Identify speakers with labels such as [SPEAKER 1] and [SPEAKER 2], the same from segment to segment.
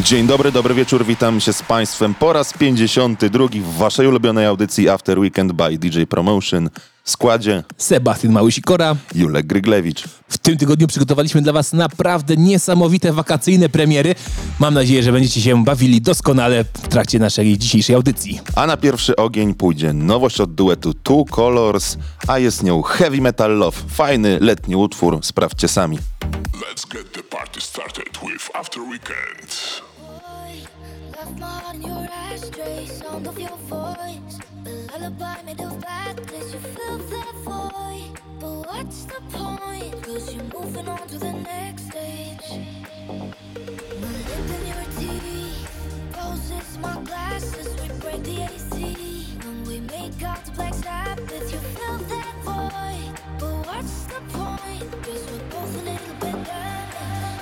[SPEAKER 1] Dzień dobry, dobry wieczór, witam się z Państwem po raz 52 w Waszej ulubionej audycji After Weekend by DJ Promotion. W składzie
[SPEAKER 2] Sebastian Małysikora,
[SPEAKER 1] Julek Gryglewicz.
[SPEAKER 2] W tym tygodniu przygotowaliśmy dla Was naprawdę niesamowite wakacyjne premiery. Mam nadzieję, że będziecie się bawili doskonale w trakcie naszej dzisiejszej audycji.
[SPEAKER 1] A na pierwszy ogień pójdzie nowość od duetu Two Colors, a jest nią Heavy Metal Love. Fajny letni utwór, sprawdźcie sami.
[SPEAKER 3] Let's get the party started with After Weekend.
[SPEAKER 4] Left my heart in your ashtray, sound of your voice. The lullaby made of badness, you fill that void. But what's the point? Cause you're moving on to the next stage. My lip in your teeth, roses, my glasses, we break the AC. When we make out the Black Sabbath, you fill that void. But what's the point? Cause we're both a little bit damaged.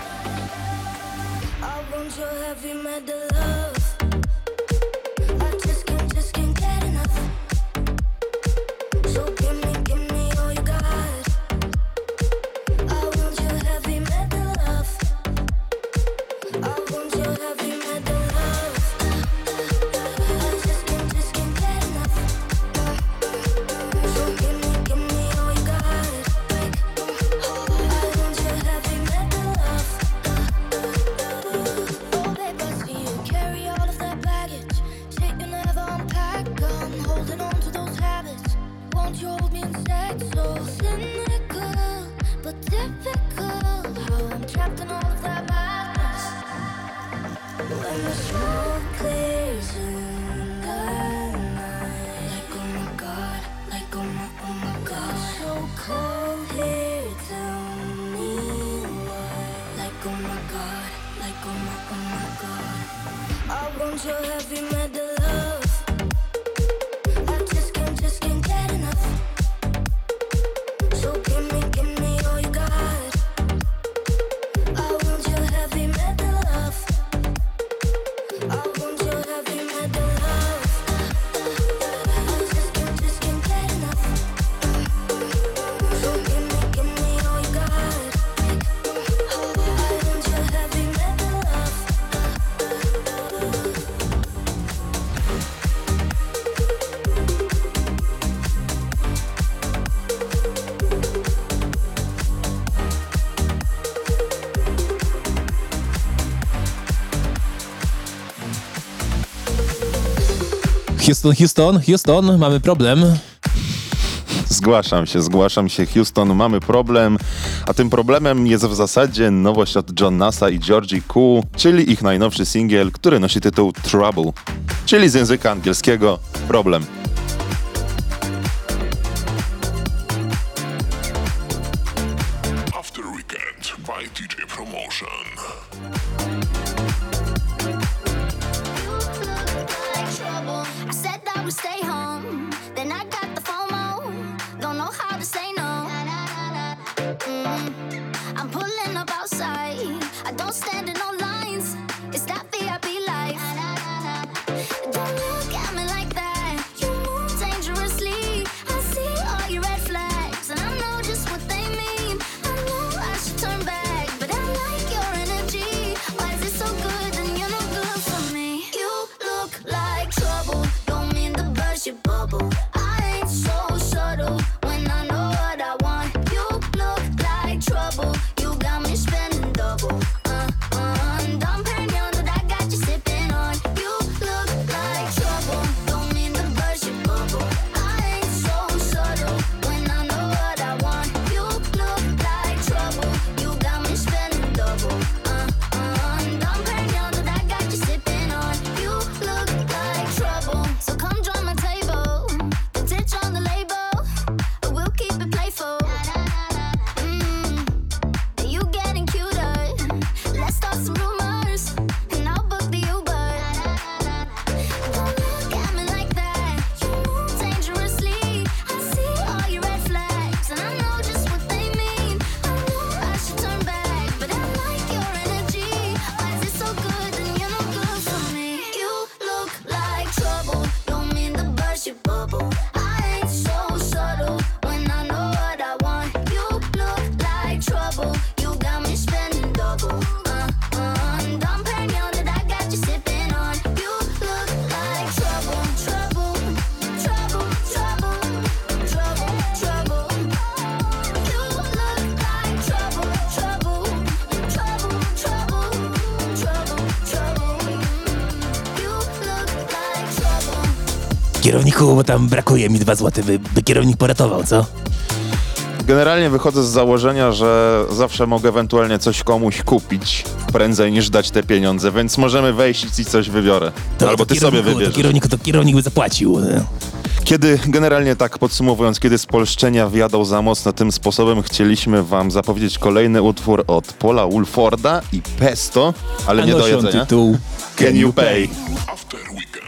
[SPEAKER 4] I want your heavy metal love. I just can't get enough. So give me all you got. I want your heavy metal love. I want your heavy metal love. I just can't get enough. So give me all you got. I want your heavy metal love. Oh babe, I see you carry all of that baggage. Shit you never unpack. I'm holding on to those habits. Won't you hold me instead? So cynical, but typical. How I'm trapped in all of that madness. When the smoke clears in the night, like oh my god, like oh my god. So cold here, tell me why. Like oh my god, like oh my god. I want your heavy metal love. I just can't get enough. So give me all you got. I want your heavy metal love. I want your heavy metal love. I just can't get enough. So give me all you got. I want your heavy metal love.
[SPEAKER 2] Houston, mamy problem.
[SPEAKER 1] Zgłaszam się, Houston, mamy problem, a tym problemem jest w zasadzie nowość od Jon Nasa i Georgie Koo, czyli ich najnowszy singiel, który nosi tytuł Trouble, czyli z języka angielskiego problem.
[SPEAKER 3] After Weekend by DJ Promotion.
[SPEAKER 4] I said that we stay home, then I got the FOMO. Don't know how to say no. I'm pulling up outside. I don't stand in no lines. It's that VIP life. Don't look at me like that. You move dangerously. I see all your red flags, and I know just what they mean. I know I should turn back, but I like your energy. Why is it so good and you're no good for me? You look like trouble. Don't mean to burst your bubble. I ain't so subtle when I know what I want. You look like trouble. You got me spending double. And I'm paying
[SPEAKER 2] Kierowniku, bo tam brakuje mi 2 złote, by kierownik poratował, co?
[SPEAKER 1] Generalnie wychodzę z założenia, że zawsze mogę ewentualnie coś komuś kupić prędzej niż dać te pieniądze, więc możemy wejść i ci coś wybiorę. Albo ty sobie wybierzesz.
[SPEAKER 2] To kierownik by zapłacił.
[SPEAKER 1] Kiedy, generalnie tak podsumowując, kiedy spolszczenia wjadą za mocno tym sposobem, chcieliśmy wam zapowiedzieć kolejny utwór od Paula Woolforda i Pesto, ale nie do
[SPEAKER 2] nosi on
[SPEAKER 1] jedzenia.
[SPEAKER 2] tytuł
[SPEAKER 1] Can You Pay?
[SPEAKER 3] After Weekend.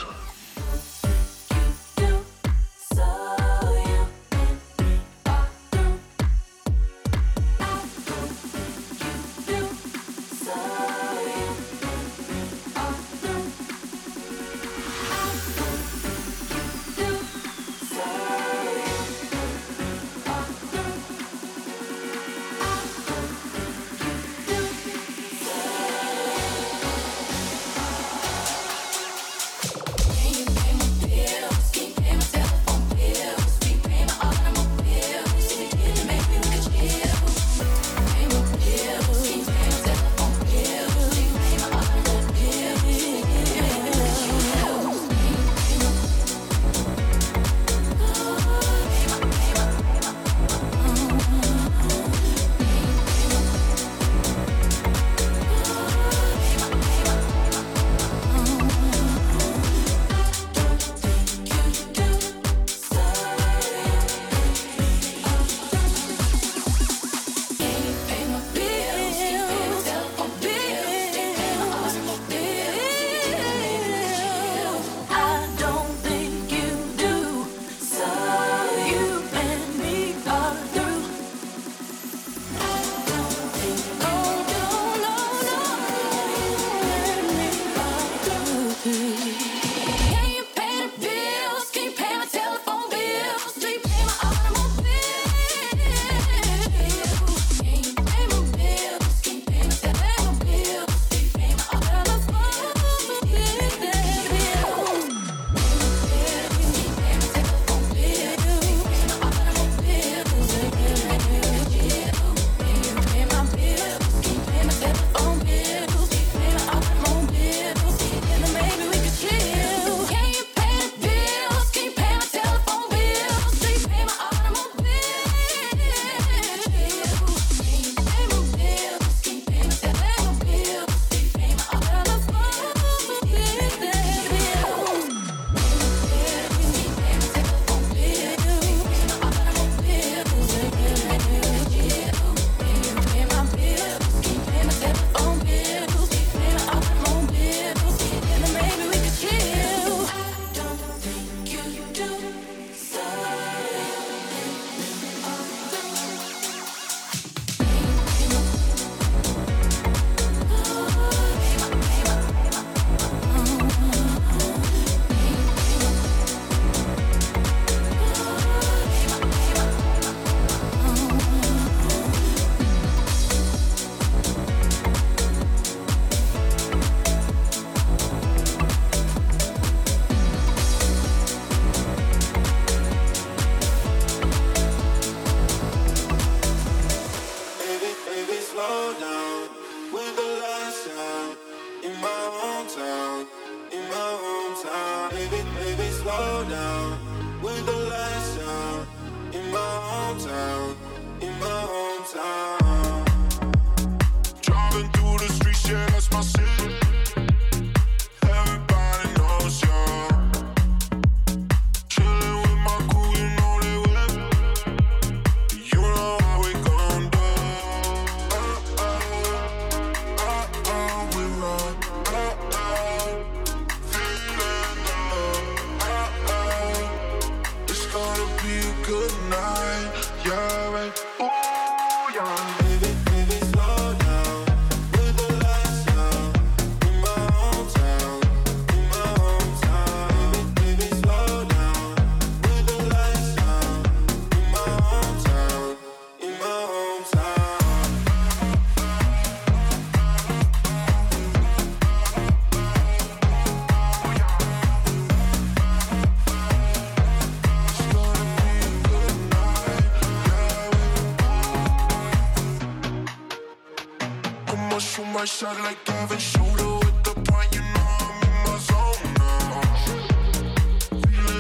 [SPEAKER 5] my shot like Kevin Shooter with the point, you know I'm in my zone now. Feeling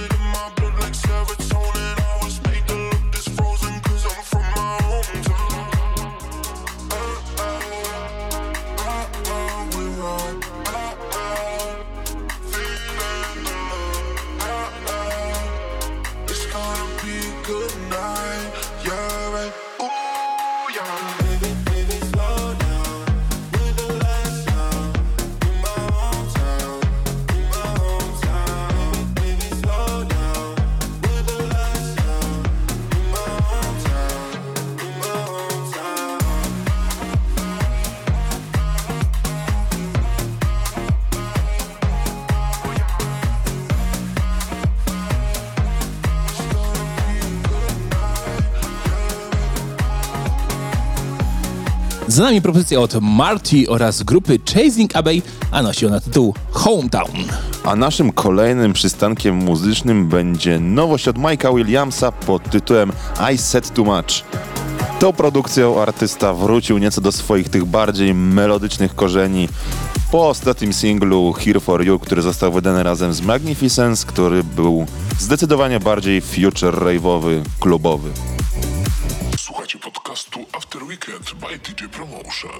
[SPEAKER 2] Za nami propozycja od Marty oraz grupy Chasing Abbey, a nosi ona tytuł Hometown.
[SPEAKER 1] A naszym kolejnym przystankiem muzycznym będzie nowość od Mike'a Williamsa pod tytułem I Said Too Much. Tą produkcją artysta wrócił nieco do swoich tych bardziej melodycznych korzeni po ostatnim singlu Here For You, który został wydany razem z Magnificence, który był zdecydowanie bardziej future rave'owy, klubowy.
[SPEAKER 3] Słuchajcie podcastu After Weekend by DJ Promotion.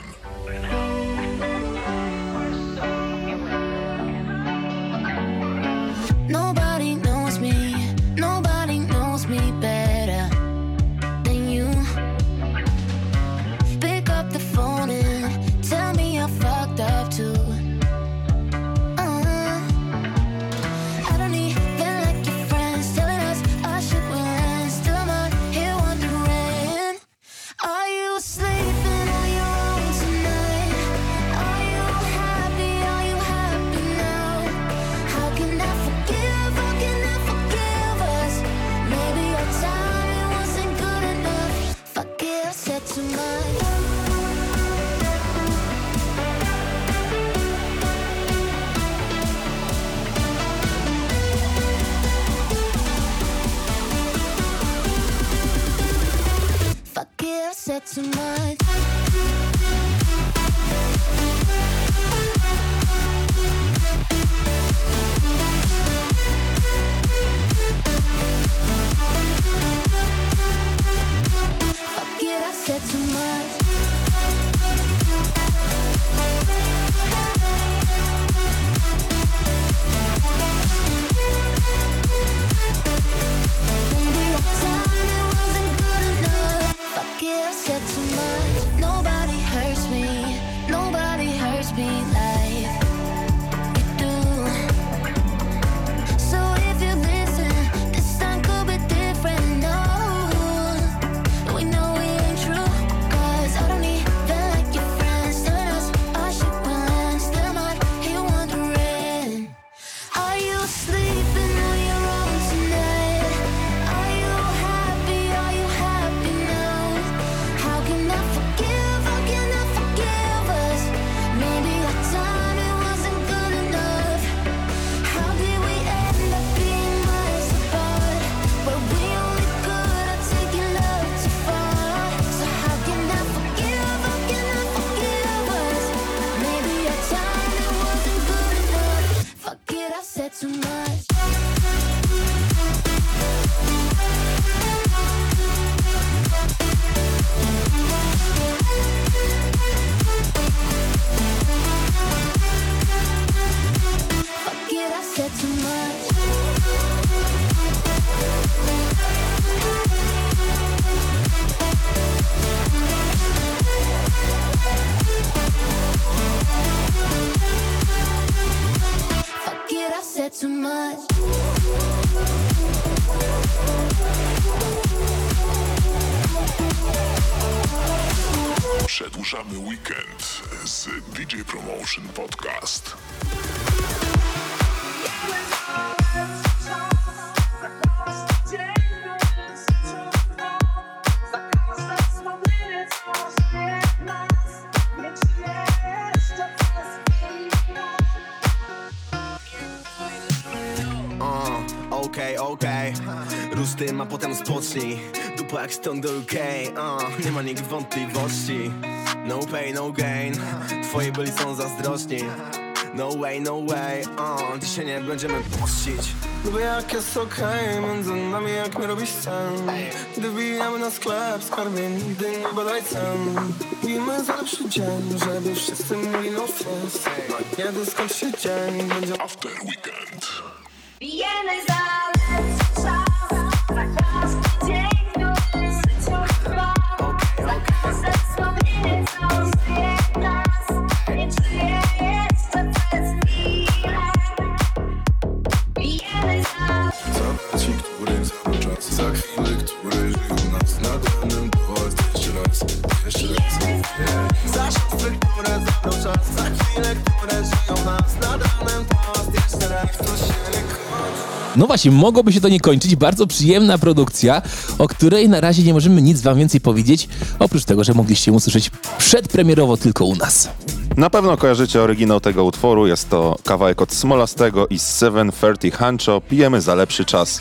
[SPEAKER 4] Nobody knows me better than you. Pick up the phone and tell me I fucked up too. I don't even like your friends telling us our shit will end. Still I'm out here wondering, are you sleeping on your own tonight? Are you happy? Are you happy now? How can I forgive? How can I forgive us? Maybe our timing wasn't good enough. Fuck it, I said too much. Fuck it, I said too much. Fuck it, I said too much. Maybe our timing wasn't good enough. Fuck it, I said too much. Nobody hurts me like you do. So if you listen, this time could be different. No, we know it ain't true. 'Cause I don't even like your friends telling us our shit will end. Still I'm out here wondering, are you sleeping on your own tonight? Are you happy? Are you happy now? How can I forgive? How can I forgive us? Maybe our timing wasn't good enough. How did we end up being miles apart? Were we only good at taking love too far? So how can I forgive? How can I forgive us? Maybe our timing wasn't good enough. Fuck it, I said too much. Fuck it, I said too much. Fuck it, I said too much.
[SPEAKER 3] Przedłużamy weekend z DJ Promotion Podcast.
[SPEAKER 6] Okej, rusz tym, a potem spocznij. Dupa jak stąd do UK, nie ma nikt wątpliwości. No pain, no gain, twoi byli są zazdrosni. No way, dzisiaj nie będziemy pościć. Lubię jak jest okej, między nami jak mi robisz sen. Gdy wbijamy na sklep, skarbie nigdy nie badaj cen. Pijmy za lepszy dzień, żeby wszyscy mieli no stres. No kiedy skończy się dzień, będzie
[SPEAKER 3] After Weekend.
[SPEAKER 7] Pijemy za lepszy czas, za każdy dzień, który życiu trwa. Za każde
[SPEAKER 6] Jeszcze raz. Za siostry, które zabrał czas, za chwile, które żyją nas. Nad ranem toast, jeszcze raz. To się nie kończy.
[SPEAKER 2] No właśnie, mogłoby się to nie kończyć. Bardzo przyjemna produkcja, o której na razie nie możemy nic wam więcej powiedzieć, oprócz tego, że mogliście ją usłyszeć przedpremierowo tylko u nas.
[SPEAKER 1] Na pewno kojarzycie oryginał tego utworu, jest to kawałek od Smolastego i 730 Hancho, Pijemy za lepszy czas.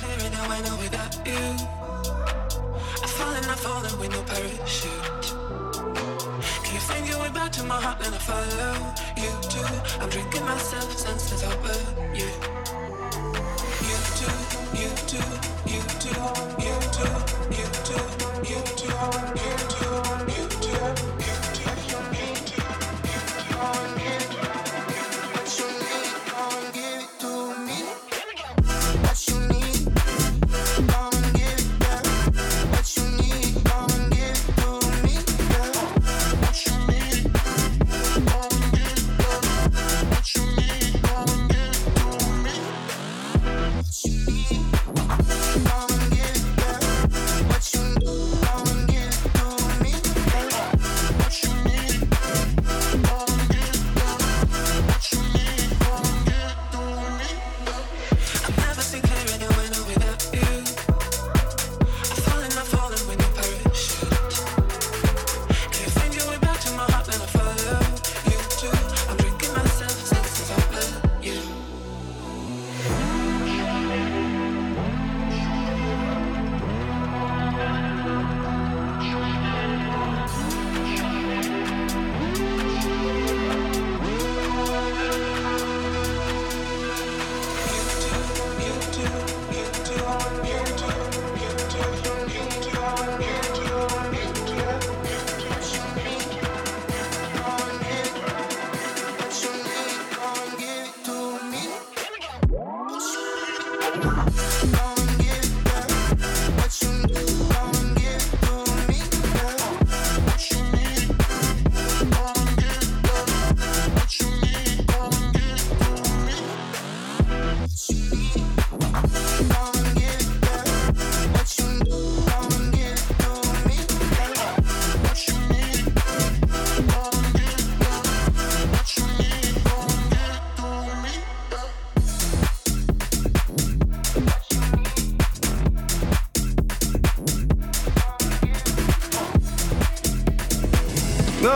[SPEAKER 8] No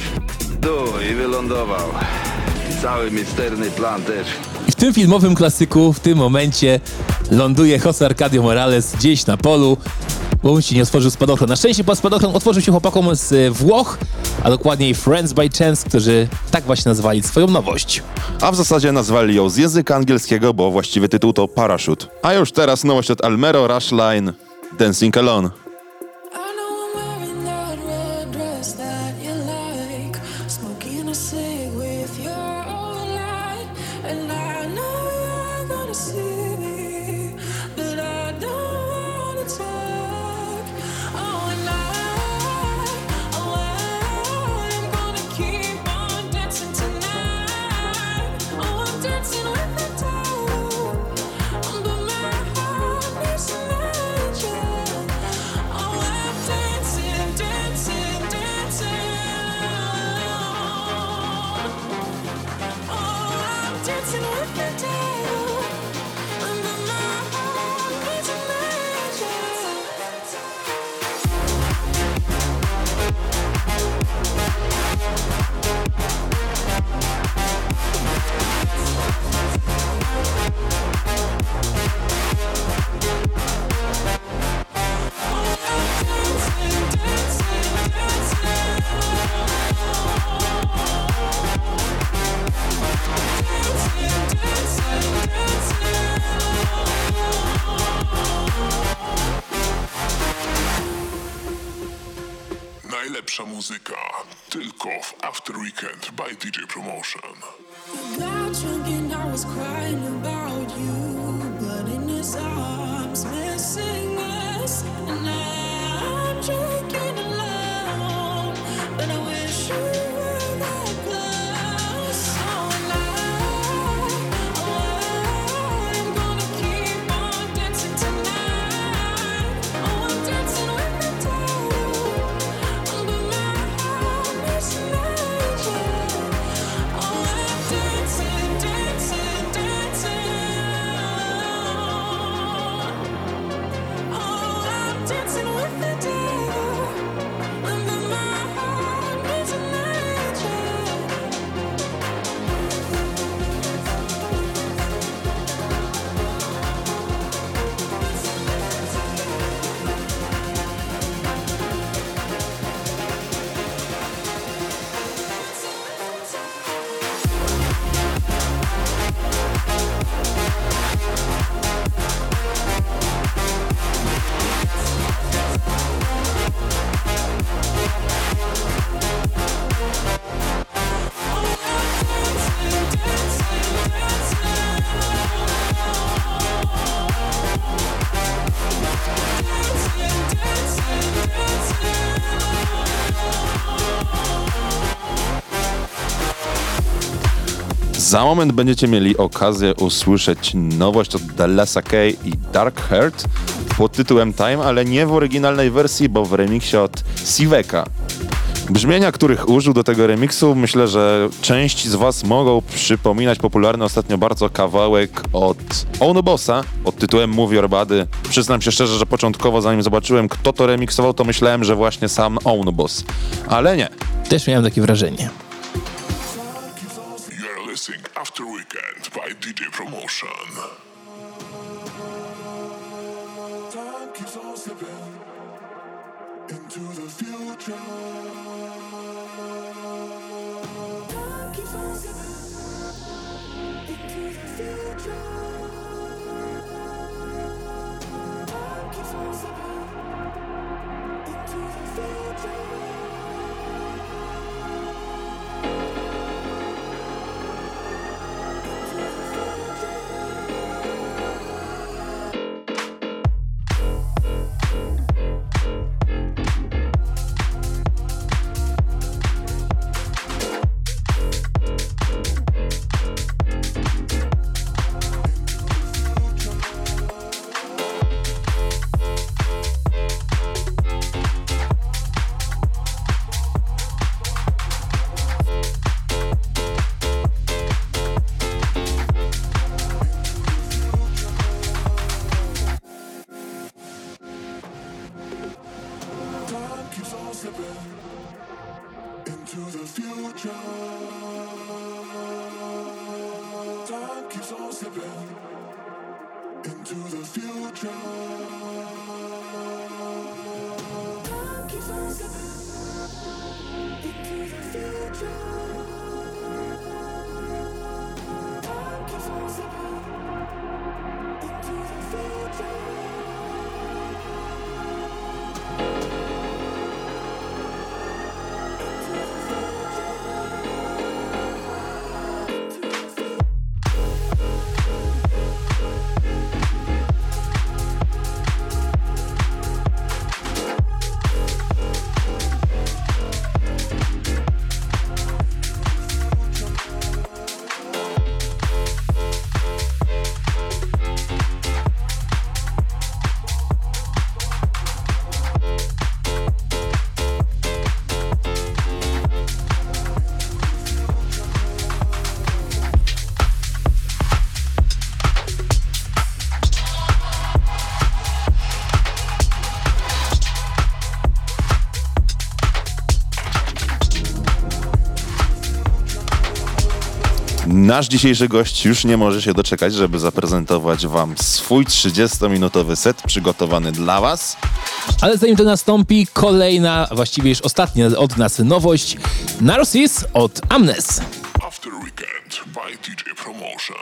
[SPEAKER 8] i wylądował. I cały misterny plan też.
[SPEAKER 2] I w tym filmowym klasyku, w tym momencie ląduje José Arcadio Morales gdzieś na polu, bo mu się nie otworzył spadochron. Na szczęście spadochron otworzył się chłopakom z Włoch, a dokładniej Friends by Chance, którzy tak właśnie nazwali swoją nowość.
[SPEAKER 1] A w zasadzie nazwali ją z języka angielskiego, bo właściwy tytuł to Parachute. A już teraz nowość od Almero Rushline, Dancing Alone.
[SPEAKER 9] I know I'm wearing that red dress that you like, smoking a cig with your old light, and I know you're gonna see me, but I don't wanna talk. Oh, and I'm gonna keep on dancing tonight. Oh, I'm dancing with the devil, but my heart needs an angel. Oh, I'm dancing, dancing, dancing. Oh, I'm dancing with the devil, but my heart needs an angel.
[SPEAKER 3] Najlepsza muzyka tylko w After Weekend by DJ Promotion.
[SPEAKER 9] Got drunk and I was crying about you, but in his arms missing us, and I'm drinking alone, but I wish you were that close. Oh, and I'm gonna keep on dancing tonight. Oh, I'm dancing with the devil, but my
[SPEAKER 1] Za moment będziecie mieli okazję usłyszeć nowość od Dallasa K i Dark Heart pod tytułem Time, ale nie w oryginalnej wersji, bo w remiksie od Siveka. Brzmienia, których użył do tego remiksu, myślę, że część z was mogą przypominać popularny ostatnio bardzo kawałek od Ownbossa pod tytułem Move Your Body. Przyznam się szczerze, że początkowo zanim zobaczyłem, kto to remiksował, to myślałem, że właśnie sam Ownboss. Ale nie.
[SPEAKER 2] Też miałem takie wrażenie.
[SPEAKER 3] You're listening After Weekend by DJ Promotion.
[SPEAKER 5] Time keeps on slipping into the future. Time keeps on slipping into the future. Time keeps on slipping into the future.
[SPEAKER 1] Nasz dzisiejszy gość już nie może się doczekać, żeby zaprezentować wam swój 30-minutowy set przygotowany dla was.
[SPEAKER 2] Ale zanim to nastąpi, kolejna, właściwie już ostatnia od nas nowość. Narcissus od Amnes.
[SPEAKER 3] After Weekend by DJ Promotion.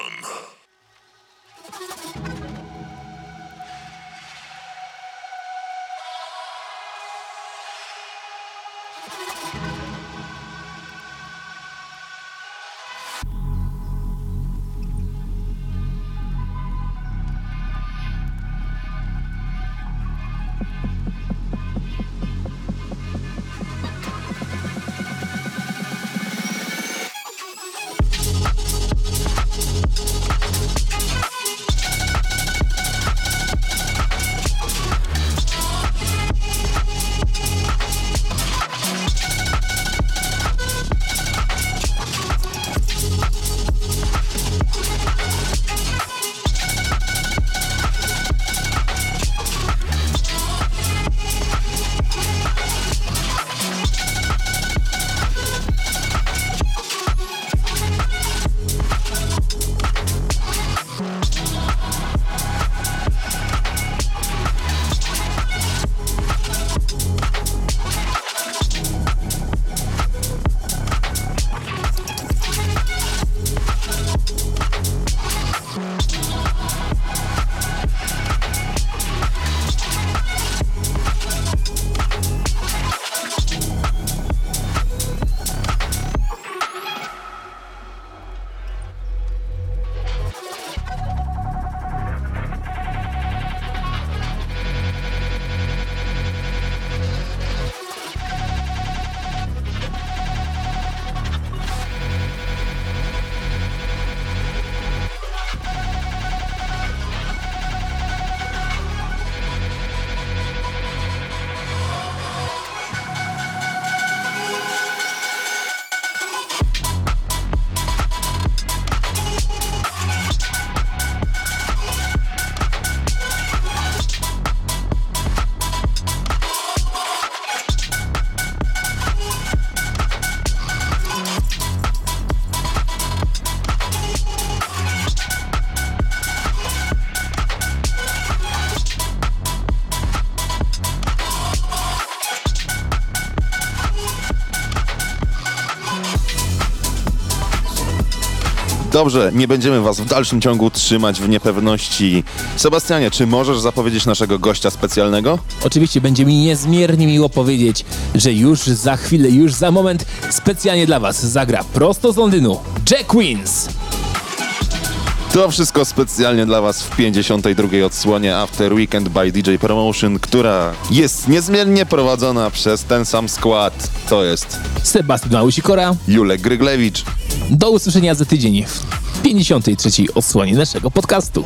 [SPEAKER 1] Dobrze, nie będziemy was w dalszym ciągu trzymać w niepewności. Sebastianie, czy możesz zapowiedzieć naszego gościa specjalnego?
[SPEAKER 2] Oczywiście będzie mi niezmiernie miło powiedzieć, że już za chwilę, już za moment specjalnie dla was zagra prosto z Londynu Jack Queens.
[SPEAKER 1] To wszystko specjalnie dla was w 52. odsłonie After Weekend by DJ Promotion, która jest niezmiennie prowadzona przez ten sam skład. To jest
[SPEAKER 2] Sebastian Małysikora.
[SPEAKER 1] Julek Gryglewicz.
[SPEAKER 2] Do usłyszenia za tydzień w 53. odsłonie naszego podcastu.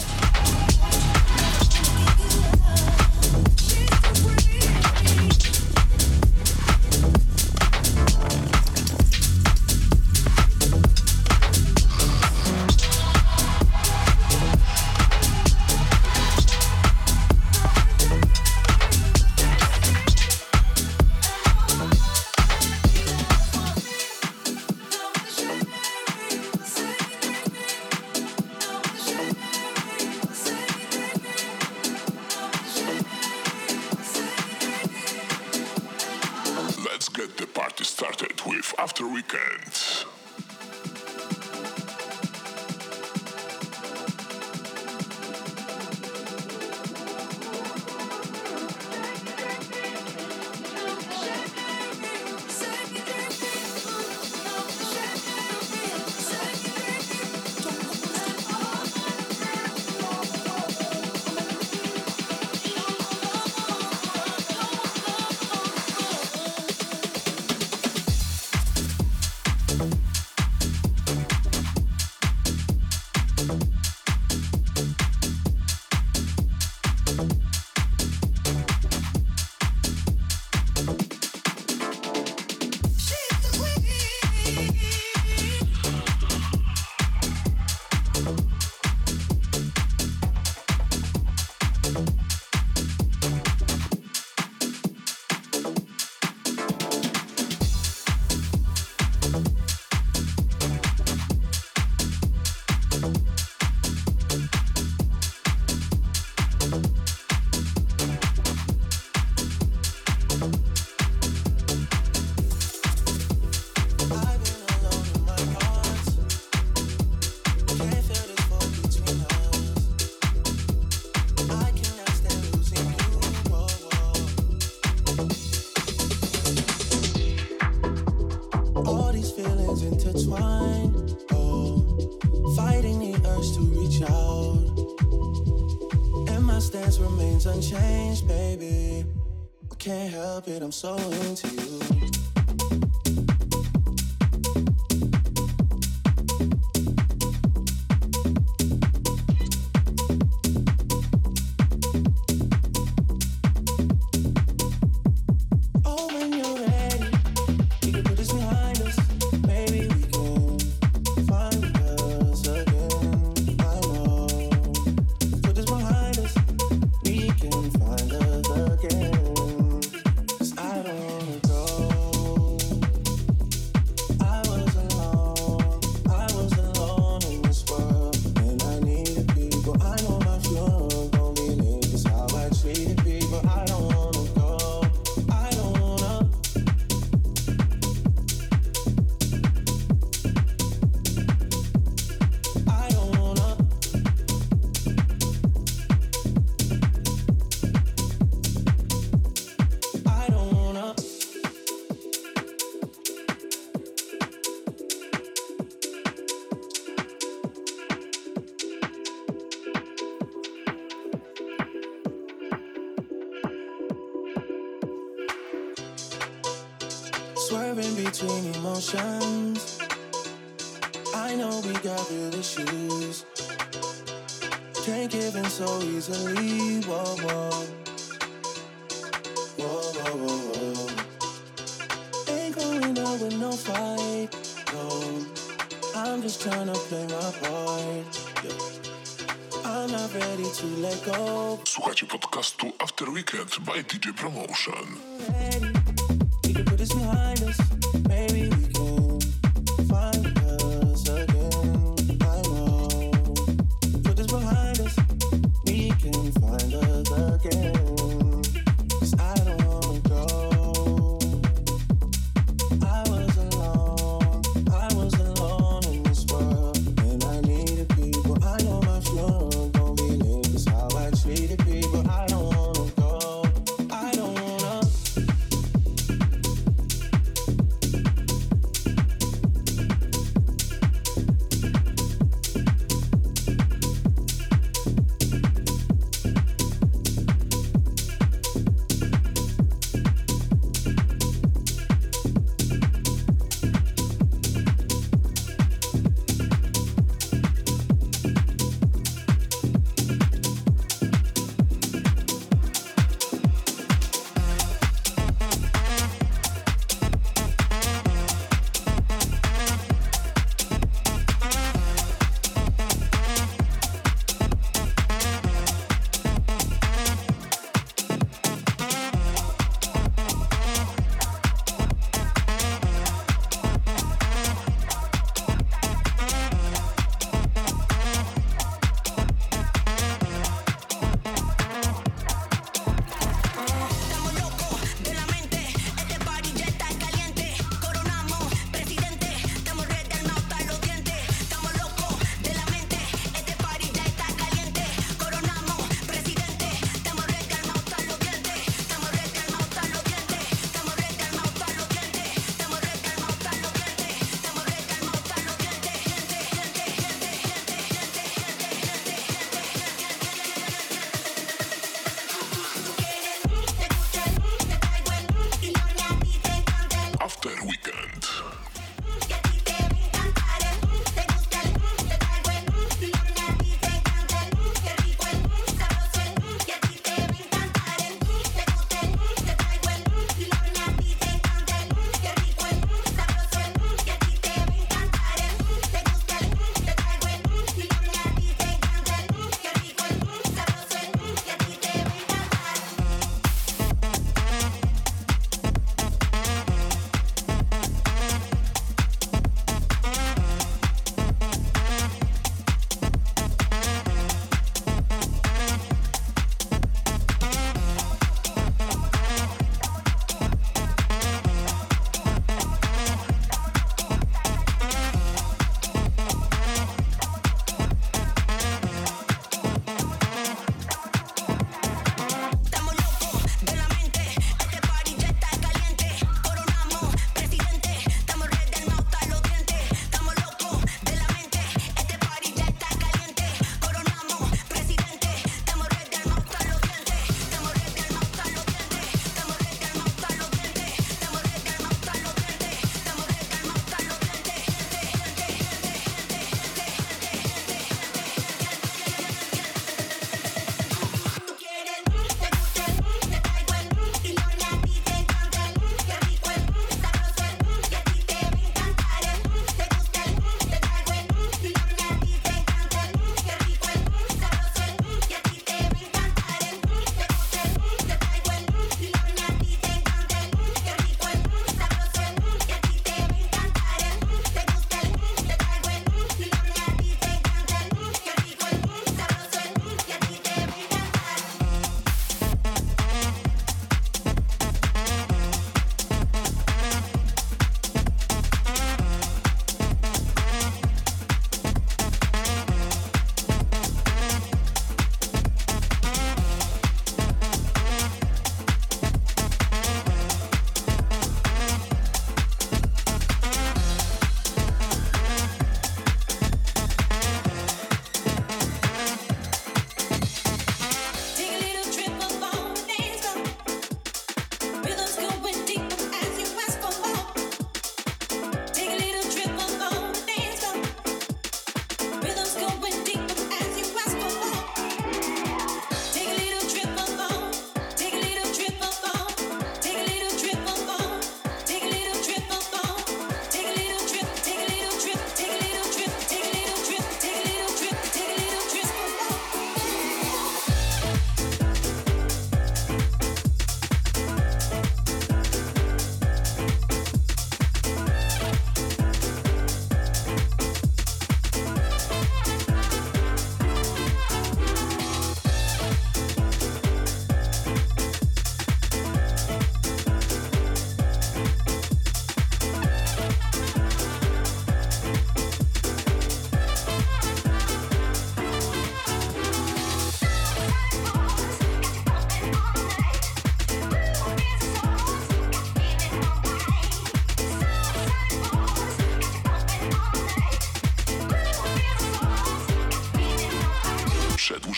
[SPEAKER 3] Let's get the party started with After Weekend.
[SPEAKER 5] All these feelings intertwined, oh, fighting the urge to reach out, and my stance remains unchanged, baby. I can't help it, I'm so into you. Oh, when you're ready, we can put this behind us. Maybe we can find us again. I know. Put this behind us, we can find us again. 'Cause I don't wanna go. I was alone in this world, and I needed people. I know my funeral gon' be lit. 'Cause how I treated people. I don't wanna go. I don't wanna. I don't wanna. I don't wanna. Swerving between emotions. I know we got real issues. Can't give in so easily. Whoa, whoa. Whoa, whoa, whoa, whoa. Ain't going out with no fight. No, I'm just trying to play my part. Yeah. I'm not ready to let go.
[SPEAKER 3] Słuchajcie podcastu After Weekend by DJ Promotion.
[SPEAKER 5] Ready. We can put this behind us. Maybe we can find us again. I know. Put this behind us. We can find us again. 'Cause I don't wanna go. I was alone in this world, and I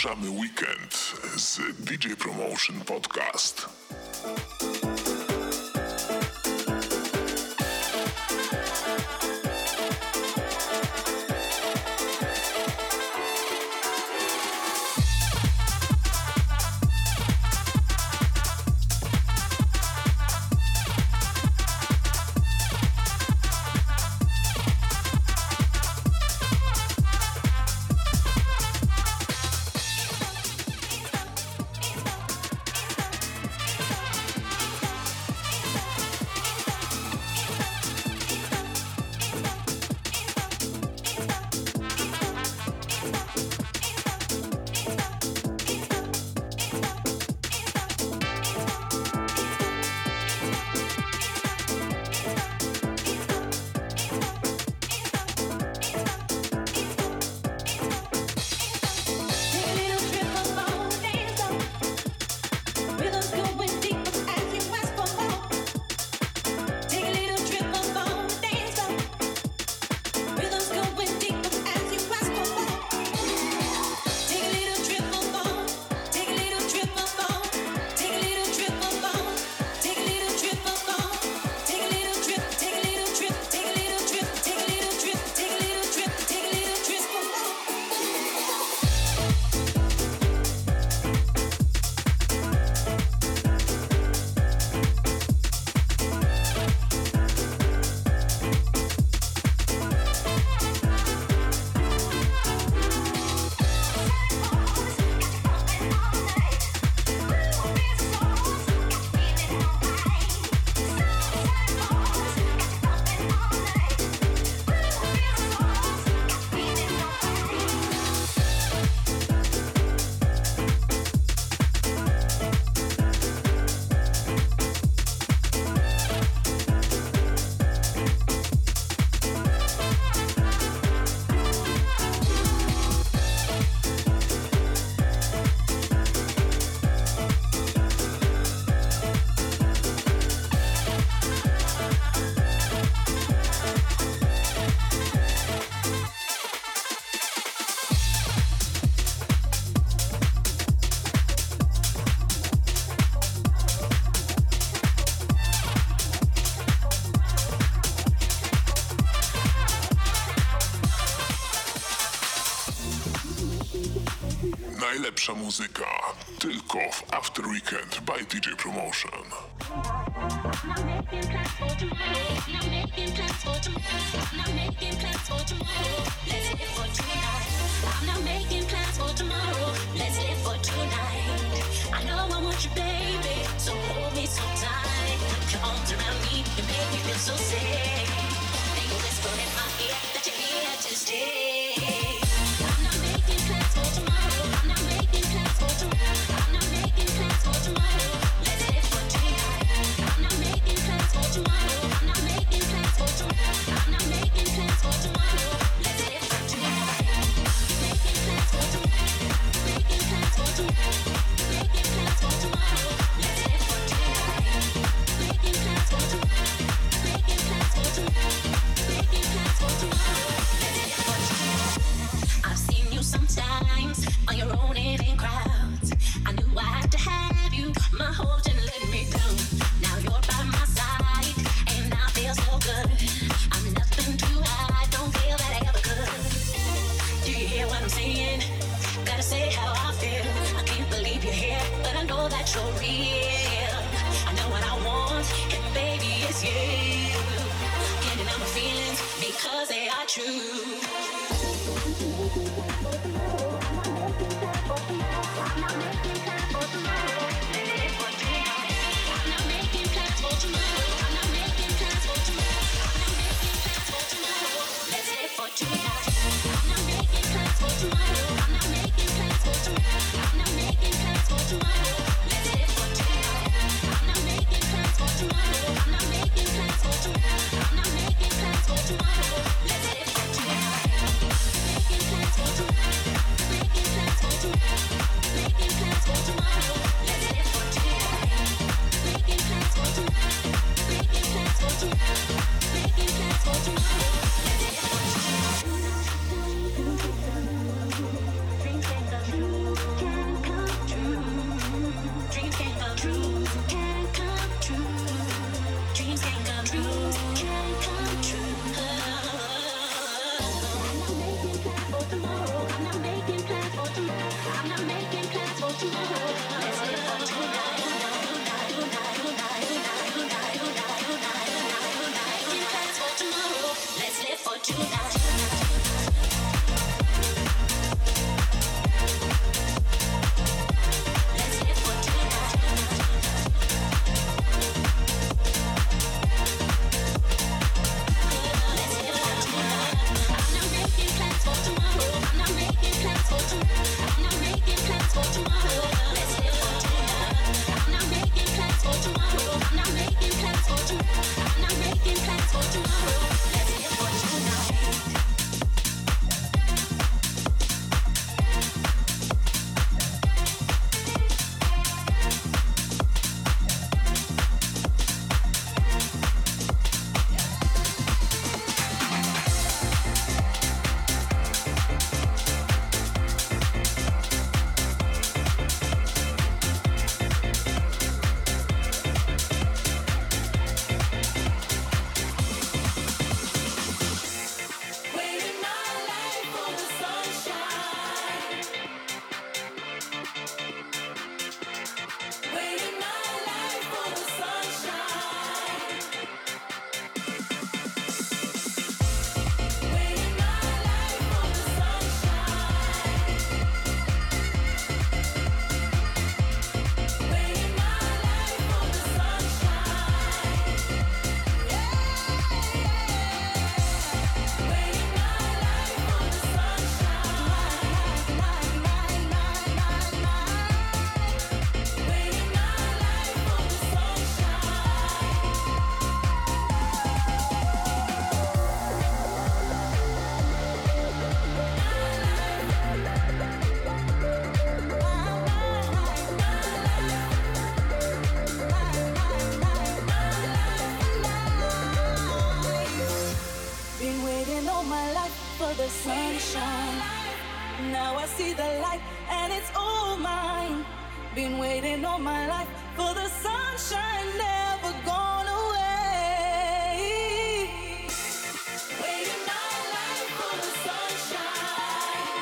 [SPEAKER 3] Zapraszamy weekend z DJ Promotion Podcast. Najlepsza muzyka tylko w After Weekend by DJ Promotion.
[SPEAKER 9] for the sunshine. Now I see the light and it's all mine. Been waiting all my life for the sunshine, never gone away. Waiting my life for the sunshine.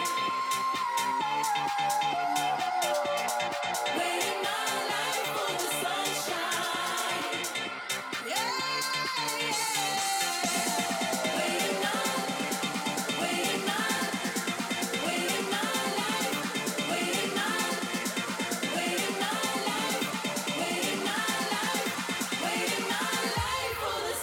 [SPEAKER 9] Waiting my life for the sunshine. Yeah, Waiting my life, waiting my life, waiting my life, waiting my life, waiting my life for the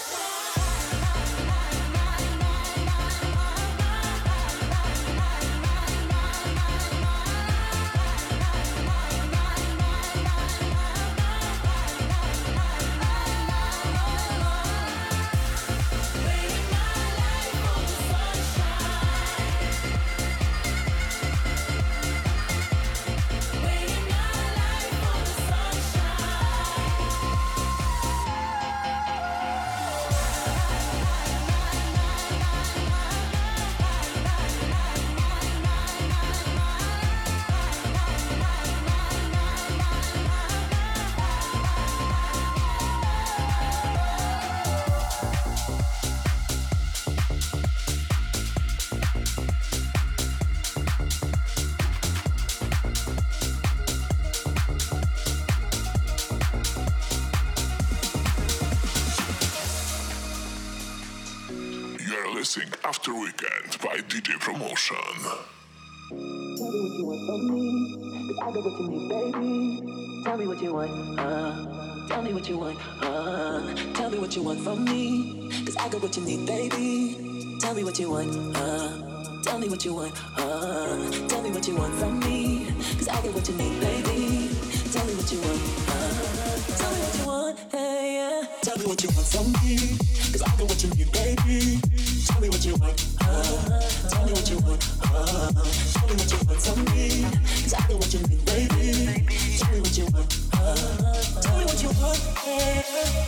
[SPEAKER 3] You're listening After Weekend by DJ Promotion.
[SPEAKER 5] Tell me what you want from me, 'cause I got what you need, baby. Tell me what you want, tell me what you want, tell me what you want from me, 'cause I got what you need, baby. Tell me what you want, tell me what you want, tell me what you want from me, 'cause I got what you need, baby. Tell me what you want, tell me what you want, hey, yeah. Tell me what you want from me, 'cause I got what you need, baby. Tell me what you want, tell me what you want, tell me what you want from me, 'cause I got what you need, baby. Tell me what you want, tell me what you want, yeah.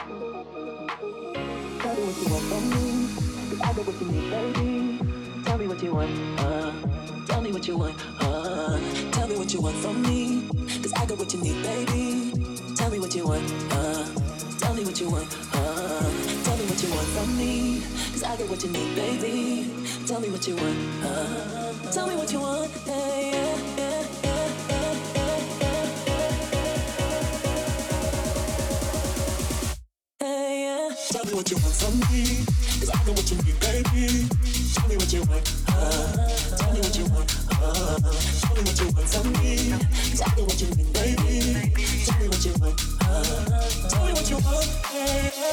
[SPEAKER 5] Tell me what you want from me, 'cause I got what you need, baby. Tell me what
[SPEAKER 10] what you want. Tell me what you want. Tell me what you want from me. Cause I got what you need, baby. Tell me what you want. Tell me what you want. Tell me what you want from me. Cause I got what you need, baby. Tell me what you want. Tell me what you want. Yeah, yeah, yeah, yeah, yeah, yeah, yeah. Hey, yeah. Tell me what you want from me. Cause I got what you need, baby. Tell me what you want. Tell me what you want. Tell me what you want from me. Cause I got what you need, baby. Tell me what you want. Tell me what you want. Yeah, yeah.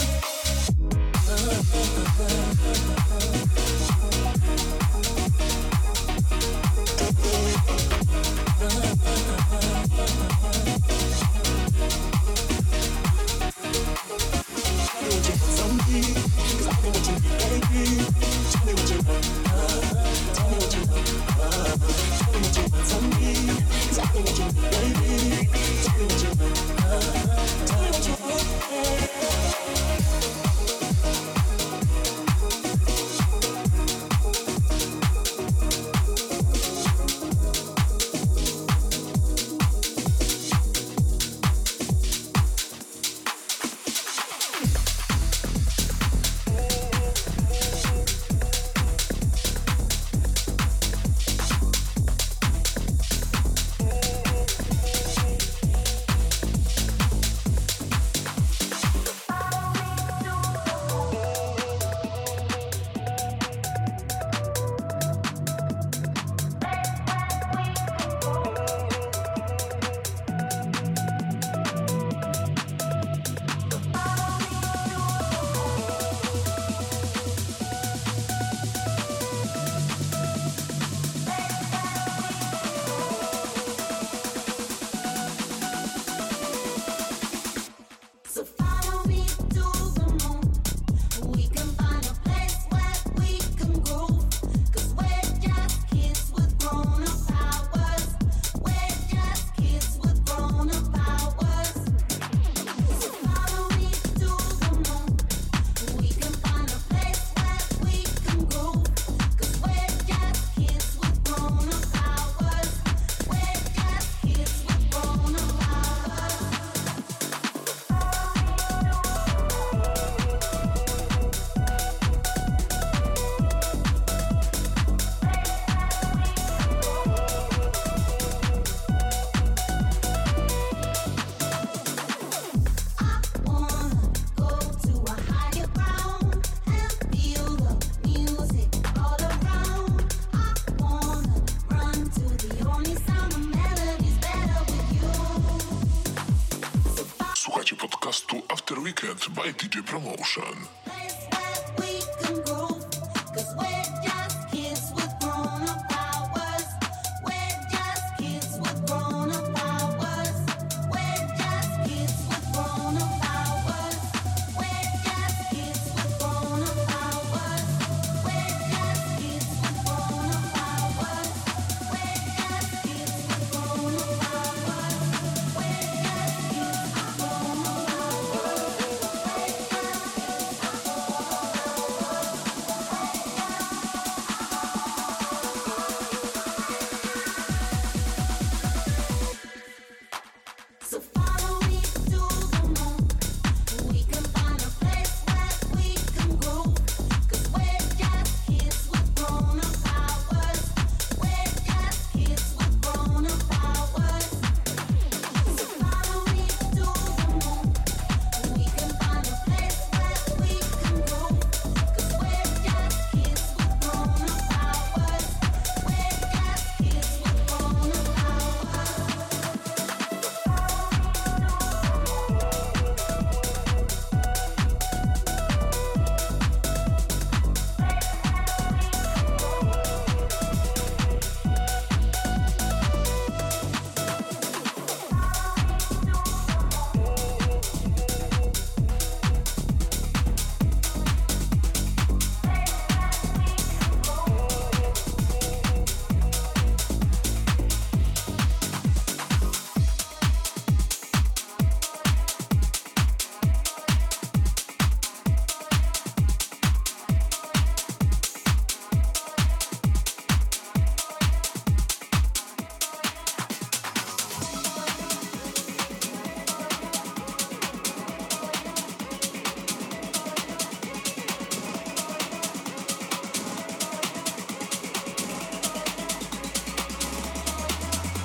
[SPEAKER 3] podcastu After Weekend by DJ Promotion.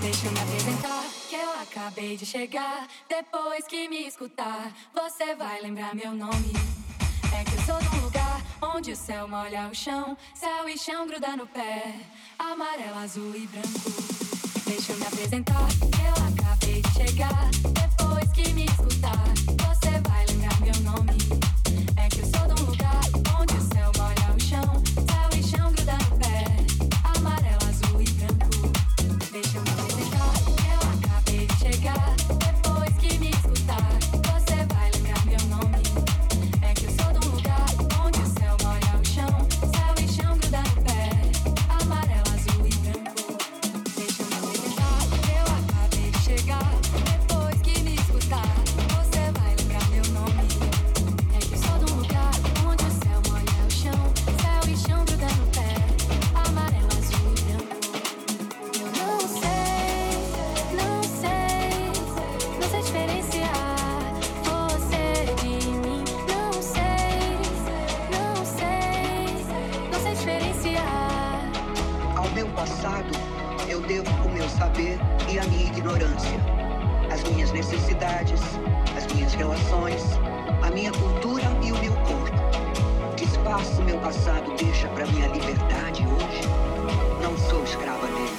[SPEAKER 9] Deixa eu me apresentar, que eu acabei de chegar. Depois que me escutar, você vai lembrar meu nome. É que eu sou de um lugar onde o céu molha o chão, céu e chão gruda no pé, amarelo, azul e branco. Deixa eu me apresentar, que eu acabei de chegar. Depois que me escutar, você vai lembrar meu nome. É que eu sou de um lugar onde o céu molha o chão, céu e chão gruda no pé, amarelo, azul e branco. Deixa eu me apresentar, que eu acabei de chegar. Depois que me escutar, você vai lembrar meu nome. É que eu sou de um lugar onde o céu molha o chão, céu e chão gruda no pé, amarelo, azul e branco. Deixa eu me apresentar, que eu acabei de chegar. Depois que me escutar, você vai lembrar meu nome. É que eu sou de um lugar onde o céu molha o chão, céu e chão gruda no pé, amarelo, azul e branco. Eu não sei diferenciar você de mim. Não sei diferenciar.
[SPEAKER 11] Ao meu passado, eu devo o meu saber e a minha ignorância, as minhas necessidades, as minhas relações, a minha cultura e o meu corpo. Que espaço meu passado deixa pra minha liberdade hoje? Não sou escrava dele.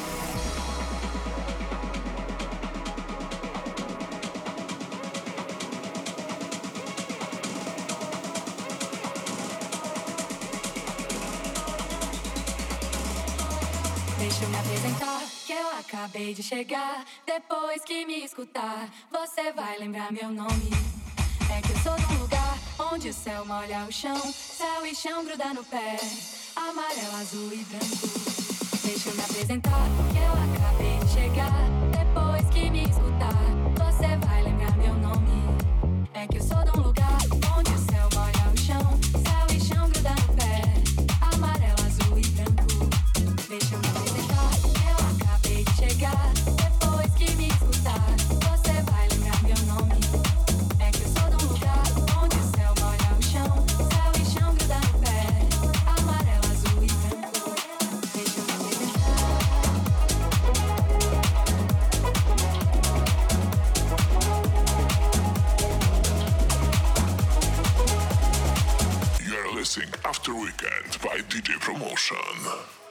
[SPEAKER 9] Deixa eu me apresentar, que eu acabei de chegar. Depois que me escutar, você vai lembrar meu nome. É que eu sou de um lugar onde o céu molha o chão, céu e chão gruda no pé, amarelo, azul e branco. Deixa eu me apresentar, que eu acabei de chegar. Depois que me escutar, você vai lembrar meu nome. É que eu sou de um lugar onde o céu molha o chão, céu e chão gruda no pé, amarelo, azul e branco. Deixa eu me apresentar, que eu acabei de chegar. Depois que me escutar, você vai lembrar meu nome. É que eu sou de um lugar onde o céu molha o chão, céu e chão gruda no pé, amarelo, azul e branco. Deixa eu me apresentar.
[SPEAKER 3] You're listening After Weekend by DJ Promotion.